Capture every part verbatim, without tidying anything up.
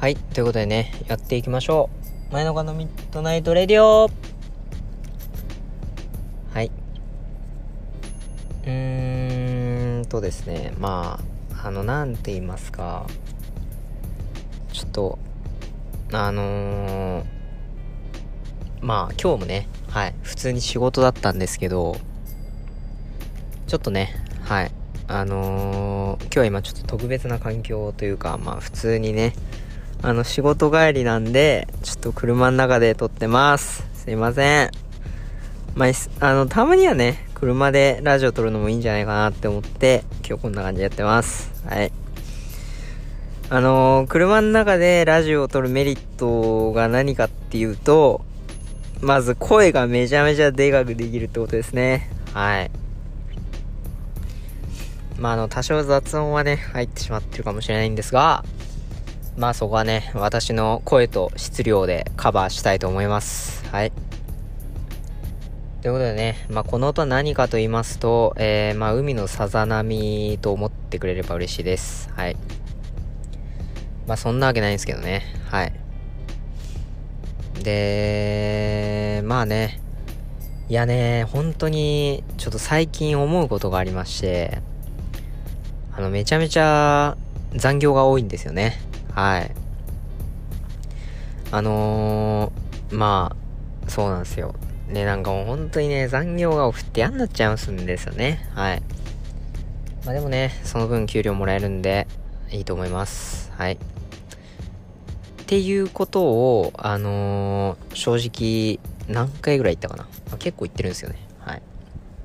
はい、ということでね、やっていきましょう。前のかのミッドナイトレディオ。はい。うーんとですね、まあ、あの、なんて言いますか、ちょっと、あのー、まあ、今日もね、はい、普通に仕事だったんですけど、ちょっとね、はい、あのー、今日は今ちょっと特別な環境というか、まあ、普通にね、あの仕事帰りなんでちょっと車の中で撮ってます。すいません。まあ、あのたまにはね車でラジオ撮るのもいいんじゃないかなって思って今日こんな感じでやってます。はい。あのー、車の中でラジオを撮るメリットが何かっていうと、まず声がめちゃめちゃでかくできるってことですね。はい。まああの多少雑音はね入ってしまってるかもしれないんですが、まあそこはね、私の声と質量でカバーしたいと思います。はい。ということでね、まあこの音は何かと言いますと、えー、まあ海のさざ波と思ってくれれば嬉しいです。はい。まあそんなわけないんですけどね。はい。で、まあね、いやね、本当にちょっと最近思うことがありまして、あのめちゃめちゃ残業が多いんですよね。はい。あのー、まあ、そうなんですよ。ね、なんかもう本当にね、残業が多くて嫌になっちゃうんですよね。はい。まあでもね、その分給料もらえるんで、いいと思います。はい。っていうことを、あのー、正直、何回ぐらい言ったかな。まあ、結構言ってるんですよね。はい。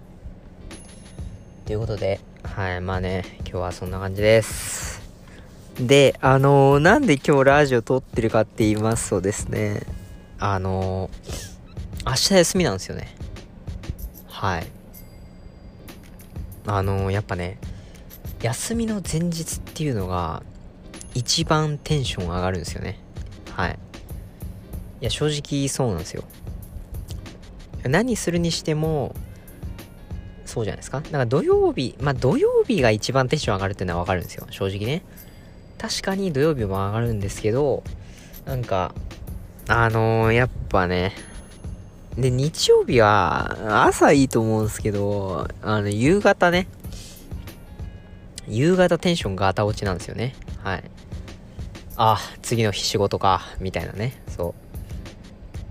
ということで、はい、まあね、今日はそんな感じです。で、あのー、なんで今日ラジオ撮ってるかって言いますとですね、あのー、明日休みなんですよね。はい。あのー、やっぱね、休みの前日っていうのが、一番テンション上がるんですよね。はい。いや、正直そうなんですよ。何するにしても、そうじゃないですか。だから土曜日、まあ土曜日が一番テンション上がるっていうのはわかるんですよ。正直ね。確かに土曜日も上がるんですけど、なんか、あのー、やっぱね、で、日曜日は、朝いいと思うんですけど、あの、夕方ね、夕方テンションガタ落ちなんですよね。はい。あ、次の日仕事か、みたいなね。そう。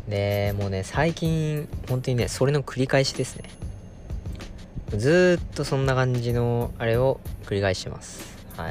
で、もうね、最近、本当にね、それの繰り返しですね。ずーっとそんな感じの、あれを繰り返してます。はい。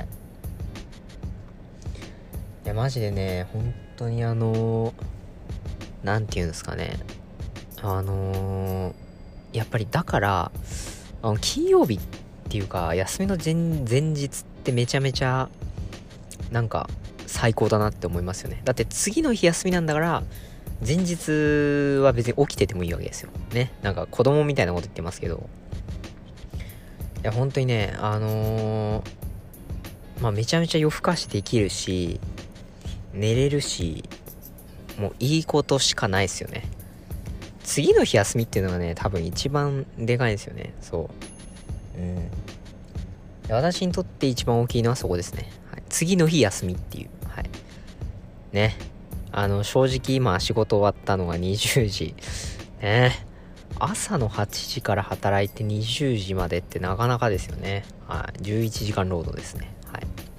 いや、マジでね、本当にあのー、なんていうんですかね。あのー、やっぱりだから、あの金曜日っていうか、休みの前、前日ってめちゃめちゃ、なんか、最高だなって思いますよね。だって次の日休みなんだから、前日は別に起きててもいいわけですよ。ね。なんか子供みたいなこと言ってますけど。いや、本当にね、あのー、まあめちゃめちゃ夜更かしできるし、寝れるし、もういいことしかないですよね。次の日休みっていうのがね、多分一番でかいんですよね。そう。うん。私にとって一番大きいのはそこですね。はい、次の日休みっていう。はい。ね。あの、正直今仕事終わったのがにじゅうじ。ね。朝のはちじから働いてにじゅうじまでってなかなかですよね。はい。じゅういちじかん労働ですね。はい。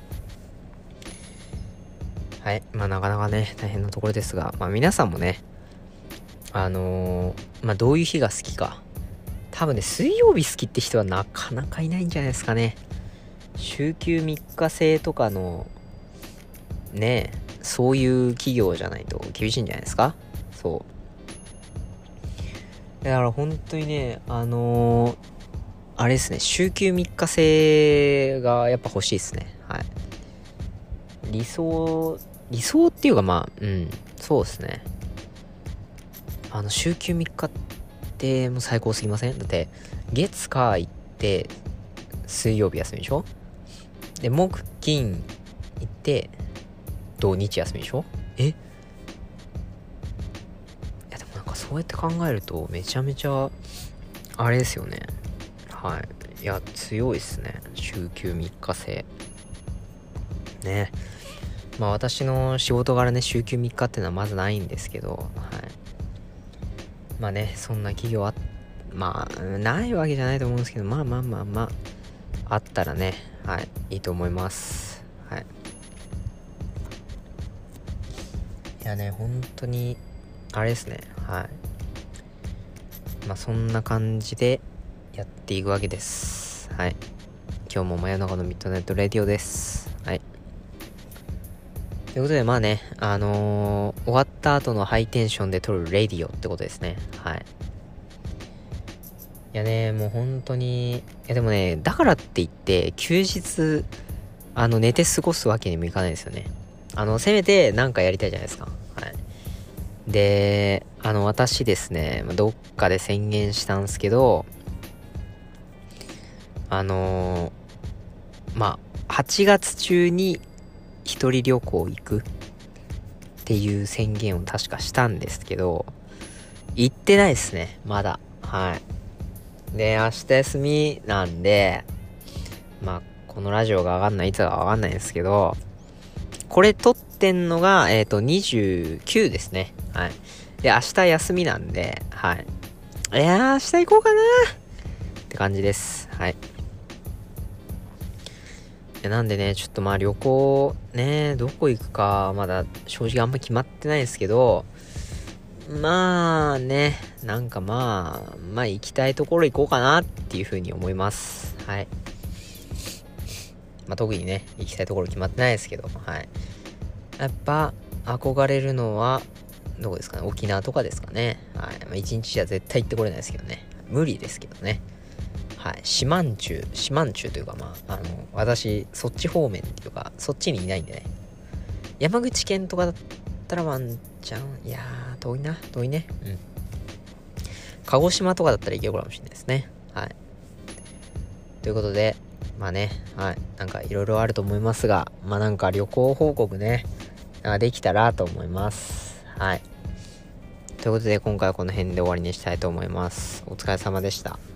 はい。まあなかなかね、大変なところですが、まあ皆さんもね、あのー、まあどういう日が好きか。多分ね、水曜日好きって人はなかなかいないんじゃないですかね。週休みっか制とかの、ね、そういう企業じゃないと厳しいんじゃないですか。そう。だから本当にね、あのー、あれですね、週休みっか制がやっぱ欲しいですね。はい。理想、理想っていうかまあ、うん、そうですね。あの、週休みっかってもう最高すぎません？だって、月火行って、水曜日休みでしょ？で、木金行って、土日休みでしょ？え？いやでもなんかそうやって考えるとめちゃめちゃあれですよね。はい。いや強いっすね。週休みっか制ね。 まあ私の仕事柄ね、週休みっかっていうのはまずないんですけど、はい。まあね、そんな企業あ、まあ、ないわけじゃないと思うんですけど、まあまあまあまあ、あったらね、はい、いいと思います。はい。いやね、本当に、あれですね、はい。まあそんな感じでやっていくわけです。はい。今日も真夜中のミッドナイトレディオです。はい。ということで、まあね、あのー、終わった後のハイテンションで撮るレディオってことですね。はい。いやね、もう本当に、いやでもね、だからって言って、休日、あの、寝て過ごすわけにもいかないですよね。あの、せめてなんかやりたいじゃないですか。はい。で、あの、私ですね、どっかで宣言したんですけど、あのー、まあ、はちがつ中に一人旅行行くっていう宣言を確かしたんですけど、行ってないですね、まだ。はい。で、明日休みなんで、まあ、このラジオが上がんないいつかわかんないんですけど、これ撮ってんのが、えっと、にじゅうくですね。はい。で、明日休みなんで、はい。いやー、明日行こうかなって感じです。はい。なんでね、ちょっとまあ旅行ね、どこ行くか、まだ正直あんま決まってないですけど、まあね、なんかまあ、まあ行きたいところ行こうかなっていう風に思います。はい。まあ特にね、行きたいところ決まってないですけど、はい。やっぱ憧れるのは、どこですかね、沖縄とかですかね。はい。まあ一日じゃ絶対行ってこれないですけどね。無理ですけどね。はい、四万十、四万十というかまあ、あの、私、そっち方面っていうか、そっちにいないんでね。山口県とかだったらワンチャン、いやー、遠いな、遠いね。うん。鹿児島とかだったらいけるかもしれないですね。はい。ということで、まあね、はい。なんかいろいろあると思いますが、まあなんか旅行報告ね、できたらと思います。はい。ということで、今回はこの辺で終わりにしたいと思います。お疲れ様でした。